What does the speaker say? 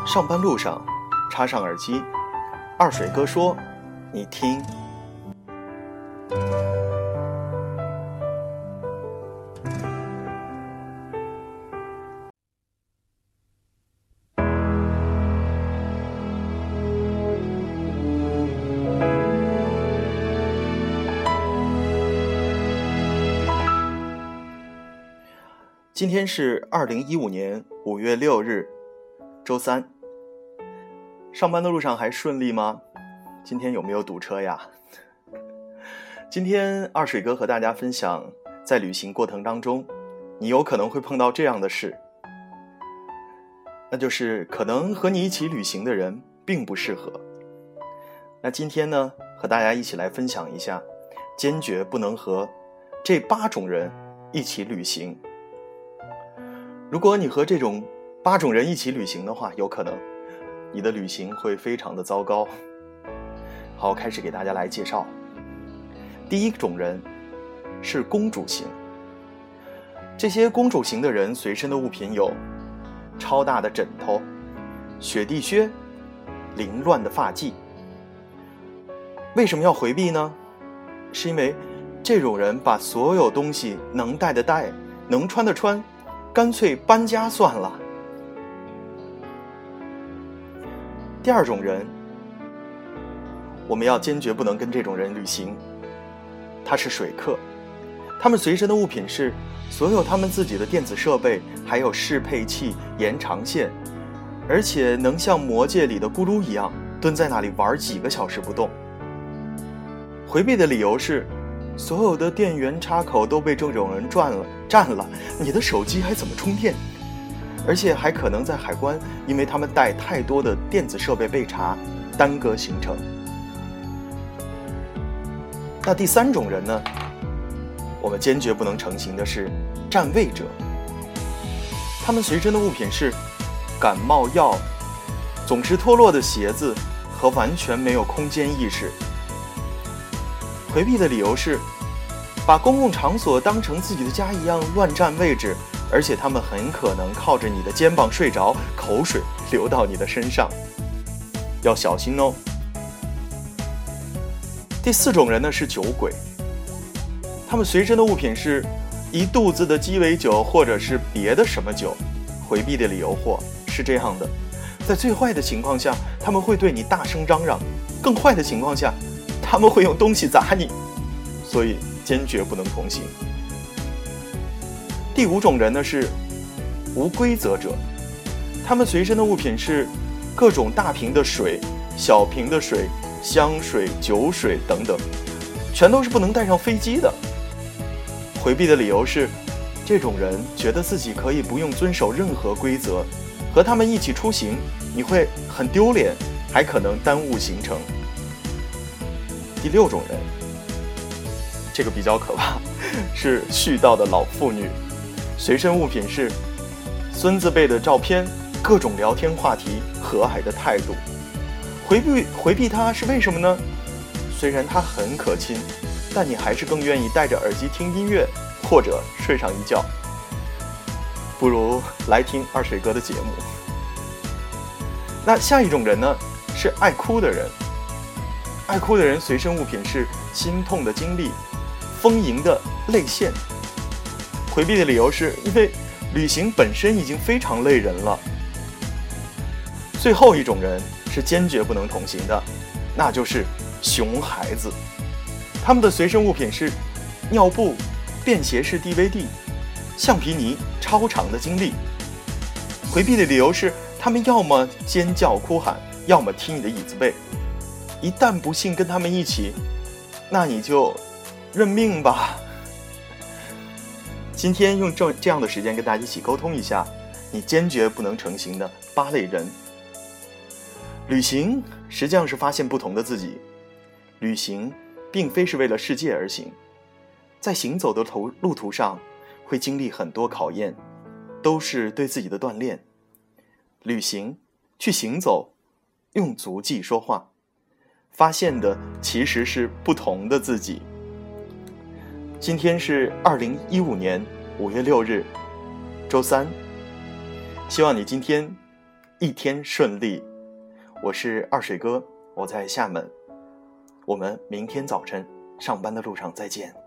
上班路上，插上耳机，二水哥说，你听。今天是2015年5月6日，周三。上班的路上还顺利吗？今天有没有堵车呀？今天二水哥和大家分享，在旅行过程当中，你有可能会碰到这样的事，那就是可能和你一起旅行的人并不适合。那今天呢，和大家一起来分享一下，坚决不能和这8种人一起旅行。如果你和这种8种人一起旅行的话，有可能你的旅行会非常的糟糕。好，开始给大家来介绍。第一种人是公主型。这些公主型的人随身的物品有超大的枕头、雪地靴、凌乱的发髻。为什么要回避呢？是因为这种人把所有东西能带的带，能穿的穿，干脆搬家算了。第二种人，我们要坚决不能跟这种人旅行。他是水客，他们随身的物品是所有他们自己的电子设备，还有适配器、延长线，而且能像魔戒里的咕噜一样蹲在那里玩几个小时不动。回避的理由是所有的电源插口都被这种人占了，你的手机还怎么充电？而且还可能在海关，因为他们带太多的电子设备被查，耽搁行程。那第三种人呢，我们坚决不能成行的是占位者。他们随身的物品是感冒药、总是脱落的鞋子和完全没有空间意识。回避的理由是把公共场所当成自己的家一样乱占位置，而且他们很可能靠着你的肩膀睡着，口水流到你的身上，要小心哦。第四种人呢是酒鬼。他们随身的物品是一肚子的鸡尾酒或者是别的什么酒。回避的理由是这样的，在最坏的情况下，他们会对你大声嚷嚷，更坏的情况下，他们会用东西砸你，所以坚决不能同行。第五种人呢是无规则者。他们随身的物品是各种大瓶的水、小瓶的水、香水、酒水等等，全都是不能带上飞机的。回避的理由是这种人觉得自己可以不用遵守任何规则，和他们一起出行你会很丢脸，还可能耽误行程。第六种人，这个比较可怕，是絮叨的老妇女。随身物品是孙子辈的照片，各种聊天话题，和蔼的态度。回避它是为什么呢？虽然它很可亲，但你还是更愿意戴着耳机听音乐或者睡上一觉。不如来听二水哥的节目。那下一种人呢，是爱哭的人。爱哭的人随身物品是心痛的经历，丰盈的泪腺。回避的理由是因为旅行本身已经非常累人了。最后一种人是坚决不能同行的，那就是熊孩子。他们的随身物品是尿布、便携式 DVD、橡皮泥、超长的经历。回避的理由是他们要么尖叫哭喊，要么踢你的椅子背。一旦不幸跟他们一起，那你就认命吧。今天用这样的时间跟大家一起沟通一下，你坚决不能成行的8类人。旅行实际上是发现不同的自己，旅行并非是为了世界而行，在行走的路途上会经历很多考验，都是对自己的锻炼。旅行，去行走，用足迹说话，发现的其实是不同的自己。今天是2015年5月6日，周三。希望你今天一天顺利。我是二水哥，我在厦门，我们明天早晨上班的路上再见。